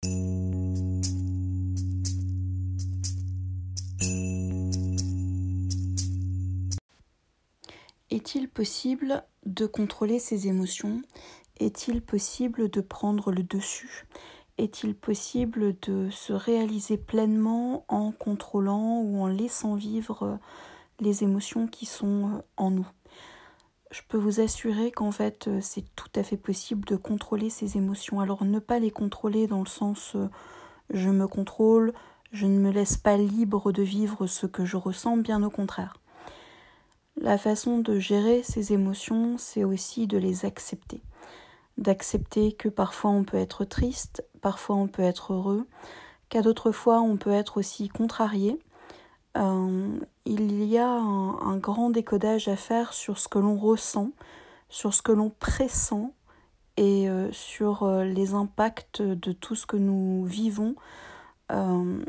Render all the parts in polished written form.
Est-il possible de contrôler ses émotions ? Est-il possible de prendre le dessus ? Est-il possible de se réaliser pleinement en contrôlant ou en laissant vivre les émotions qui sont en nous ? Je peux vous assurer qu'en fait, c'est tout à fait possible de contrôler ses émotions. Alors, ne pas les contrôler dans le sens je me contrôle, je ne me laisse pas libre de vivre ce que je ressens, bien au contraire. La façon de gérer ces émotions, c'est aussi de les accepter. D'accepter que parfois on peut être triste, parfois on peut être heureux, qu'à d'autres fois on peut être aussi contrarié. Il y a un grand décodage à faire sur ce que l'on ressent, sur ce que l'on pressent et sur les impacts de tout ce que nous vivons. On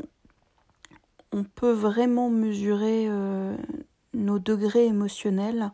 peut vraiment mesurer nos degrés émotionnels,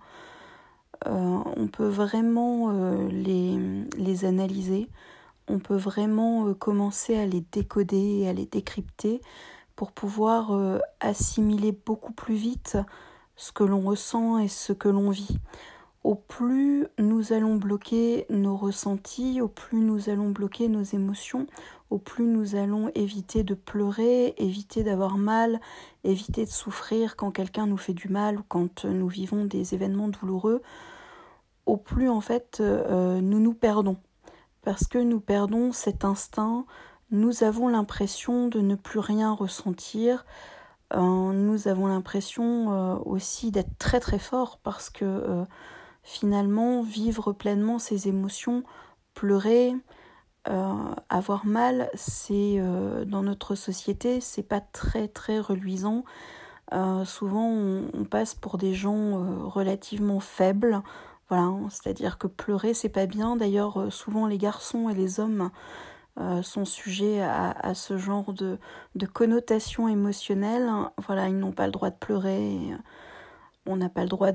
on peut vraiment les analyser, on peut vraiment commencer à les décoder et à les décrypter pour pouvoir assimiler beaucoup plus vite ce que l'on ressent et ce que l'on vit. Au plus nous allons bloquer nos ressentis, au plus nous allons bloquer nos émotions, au plus nous allons éviter de pleurer, éviter d'avoir mal, éviter de souffrir quand quelqu'un nous fait du mal ou quand nous vivons des événements douloureux, au plus en fait nous nous perdons. Parce que nous perdons cet instinct, nous avons l'impression de ne plus rien ressentir, nous avons l'impression aussi d'être très très fort parce que finalement, vivre pleinement ses émotions, pleurer, avoir mal, c'est dans notre société, c'est pas très très reluisant. Souvent, on passe pour des gens relativement faibles. Voilà, c'est-à-dire que pleurer, c'est pas bien. D'ailleurs, souvent les garçons et les hommes sont sujets à ce genre de connotation émotionnelle. Voilà, ils n'ont pas le droit de pleurer. On n'a pas le droit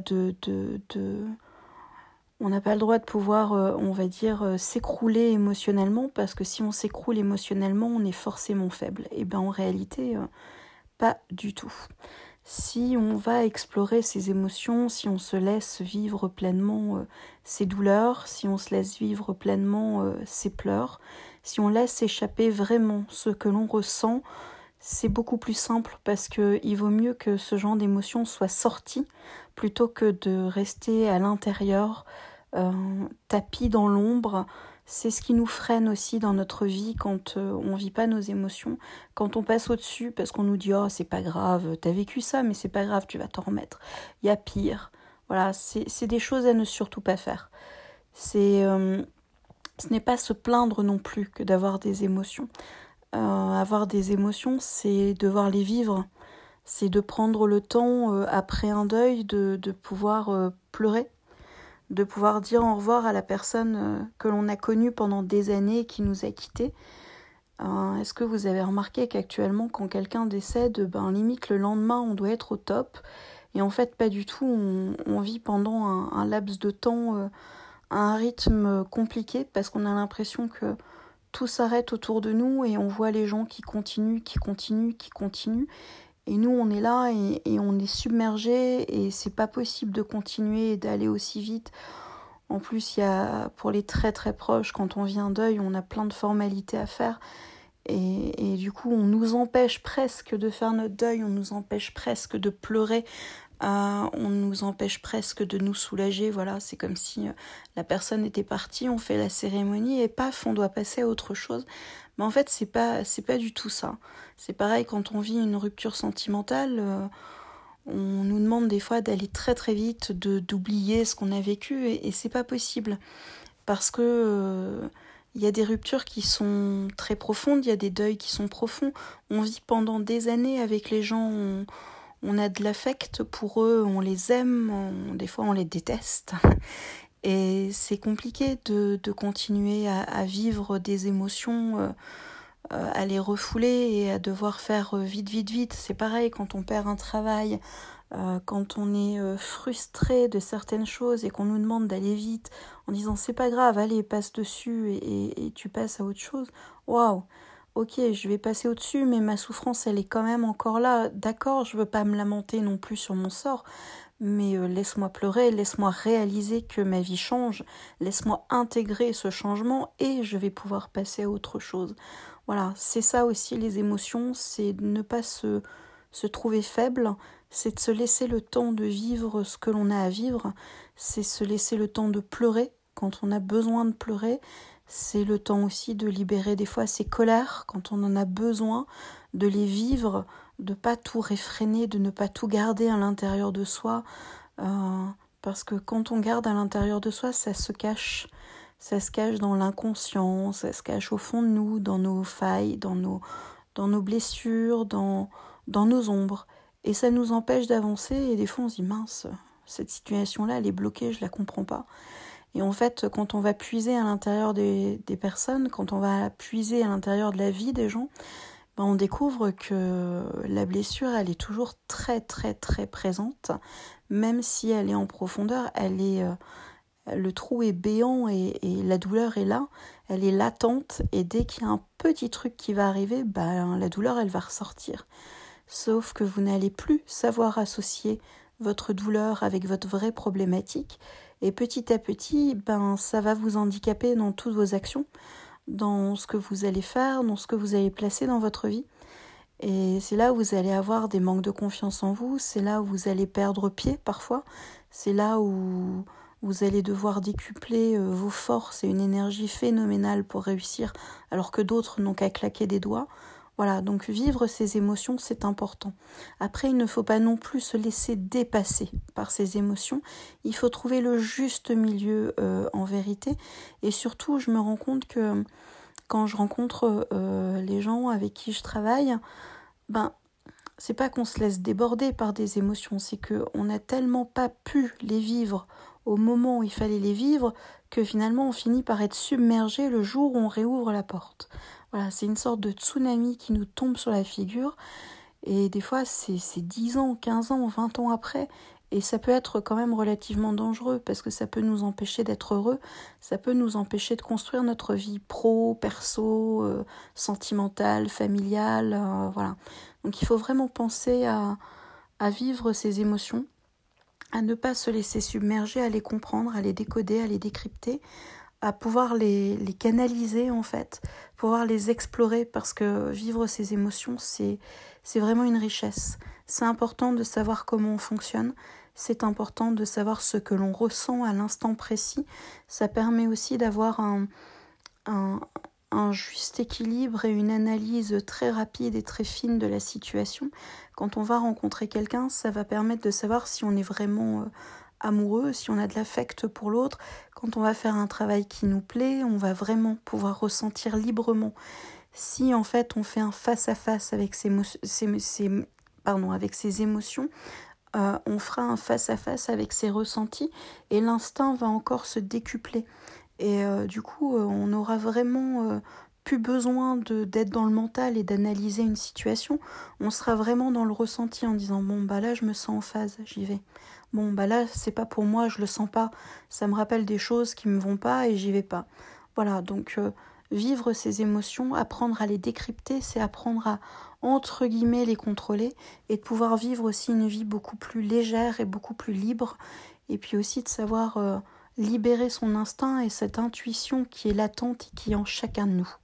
on n'a pas le droit de pouvoir, on va dire, s'écrouler émotionnellement, parce que si on s'écroule émotionnellement, on est forcément faible. Et bien en réalité, pas du tout. Si on va explorer ses émotions, si on se laisse vivre pleinement ses douleurs, si on se laisse vivre pleinement ses pleurs, si on laisse échapper vraiment ce que l'on ressent, c'est beaucoup plus simple parce qu'il vaut mieux que ce genre d'émotion soit sorti plutôt que de rester à l'intérieur, tapis dans l'ombre. C'est ce qui nous freine aussi dans notre vie quand on vit pas nos émotions, quand on passe au-dessus parce qu'on nous dit « Oh, c'est pas grave, t'as vécu ça, mais c'est pas grave, tu vas t'en remettre. Il y a pire. » Voilà, c'est des choses à ne surtout pas faire. Ce n'est pas se plaindre non plus que d'avoir des émotions. Avoir des émotions, c'est devoir les vivre. C'est de prendre le temps, après un deuil, de pouvoir pleurer, de pouvoir dire au revoir à la personne que l'on a connue pendant des années et qui nous a quittés. Est-ce que vous avez remarqué qu'actuellement, quand quelqu'un décède, limite le lendemain, on doit être au top. Et en fait, pas du tout. On vit pendant un laps de temps à un rythme compliqué parce qu'on a l'impression que tout s'arrête autour de nous et on voit les gens qui continuent. Et nous, on est là et on est submergé et c'est pas possible de continuer et d'aller aussi vite. En plus, il y a, pour les très très proches, quand on vit un deuil, on a plein de formalités à faire. Et du coup, on nous empêche presque de faire notre deuil, on nous empêche presque de pleurer, on nous empêche presque de nous soulager. Voilà, c'est comme si la personne était partie, on fait la cérémonie et paf, on doit passer à autre chose. Mais en fait, c'est pas du tout ça. C'est pareil quand on vit une rupture sentimentale, on nous demande des fois d'aller très très vite, d'oublier ce qu'on a vécu et c'est pas possible. Parce que il y a des ruptures qui sont très profondes, il y a des deuils qui sont profonds. On vit pendant des années avec les gens, on a de l'affect pour eux, on les aime, des fois on les déteste. Et c'est compliqué de continuer à vivre des émotions, à les refouler et à devoir faire vite. C'est pareil quand on perd un travail, quand on est frustré de certaines choses et qu'on nous demande d'aller vite en disant c'est pas grave, allez, passe dessus et tu passes à autre chose. Waouh! ok, je vais passer au-dessus, mais ma souffrance, elle est quand même encore là. D'accord, je veux pas me lamenter non plus sur mon sort, mais laisse-moi pleurer, laisse-moi réaliser que ma vie change, laisse-moi intégrer ce changement et je vais pouvoir passer à autre chose. Voilà, c'est ça aussi les émotions, c'est de ne pas se trouver faible, c'est de se laisser le temps de vivre ce que l'on a à vivre, c'est se laisser le temps de pleurer quand on a besoin de pleurer, c'est le temps aussi de libérer des fois ses colères quand on en a besoin, de les vivre, de pas tout réfréner, de ne pas tout garder à l'intérieur de soi, euh, parce que quand on garde à l'intérieur de soi, ça se cache. Ça se cache dans l'inconscient, ça se cache au fond de nous, dans nos failles, dans nos blessures, dans nos ombres. Et ça nous empêche d'avancer et des fois on se dit mince, cette situation-là elle est bloquée, je la comprends pas. Et en fait, quand on va puiser à l'intérieur des personnes, quand on va puiser à l'intérieur de la vie des gens, ben on découvre que la blessure, elle est toujours très très très présente, même si elle est en profondeur, le trou est béant et la douleur est là, elle est latente et dès qu'il y a un petit truc qui va arriver, ben, la douleur elle va ressortir. Sauf que vous n'allez plus savoir associer votre douleur avec votre vraie problématique et petit à petit, ben, ça va vous handicaper dans toutes vos actions, dans ce que vous allez faire, dans ce que vous allez placer dans votre vie. Et c'est là où vous allez avoir des manques de confiance en vous, c'est là où vous allez perdre pied parfois, c'est là où vous allez devoir décupler vos forces et une énergie phénoménale pour réussir, alors que d'autres n'ont qu'à claquer des doigts. Voilà, donc vivre ces émotions, c'est important. Après, il ne faut pas non plus se laisser dépasser par ces émotions. Il faut trouver le juste milieu en vérité. Et surtout, je me rends compte que quand je rencontre les gens avec qui je travaille, ben, c'est pas qu'on se laisse déborder par des émotions, c'est qu'on n'a tellement pas pu les vivre au moment où il fallait les vivre que finalement on finit par être submergé le jour où on réouvre la porte. Voilà, c'est une sorte de tsunami qui nous tombe sur la figure et des fois c'est 10 ans, 15 ans, 20 ans après et ça peut être quand même relativement dangereux parce que ça peut nous empêcher d'être heureux, ça peut nous empêcher de construire notre vie pro, perso, sentimentale, familiale, voilà. Donc il faut vraiment penser à vivre ces émotions, à ne pas se laisser submerger, à les comprendre, à les décoder, à les décrypter, à pouvoir les canaliser en fait, pouvoir les explorer parce que vivre ces émotions, c'est vraiment une richesse. C'est important de savoir comment on fonctionne, c'est important de savoir ce que l'on ressent à l'instant précis. Ça permet aussi d'avoir un, un juste équilibre et une analyse très rapide et très fine de la situation. Quand on va rencontrer quelqu'un, ça va permettre de savoir si on est vraiment amoureux, si on a de l'affect pour l'autre. Quand on va faire un travail qui nous plaît, on va vraiment pouvoir ressentir librement. Si en fait on fait un face-à-face avec avec ses émotions, on fera un face-à-face avec ses ressentis et l'instinct va encore se décupler. Et du coup, on aura vraiment plus besoin d'être dans le mental et d'analyser une situation. On sera vraiment dans le ressenti en disant bon bah là je me sens en phase, j'y vais. Bon bah là c'est pas pour moi, je le sens pas. Ça me rappelle des choses qui me vont pas et j'y vais pas. Voilà, donc vivre ces émotions, apprendre à les décrypter, c'est apprendre à entre guillemets les contrôler et de pouvoir vivre aussi une vie beaucoup plus légère et beaucoup plus libre. Et puis aussi de savoir libérer son instinct et cette intuition qui est latente et qui est en chacun de nous.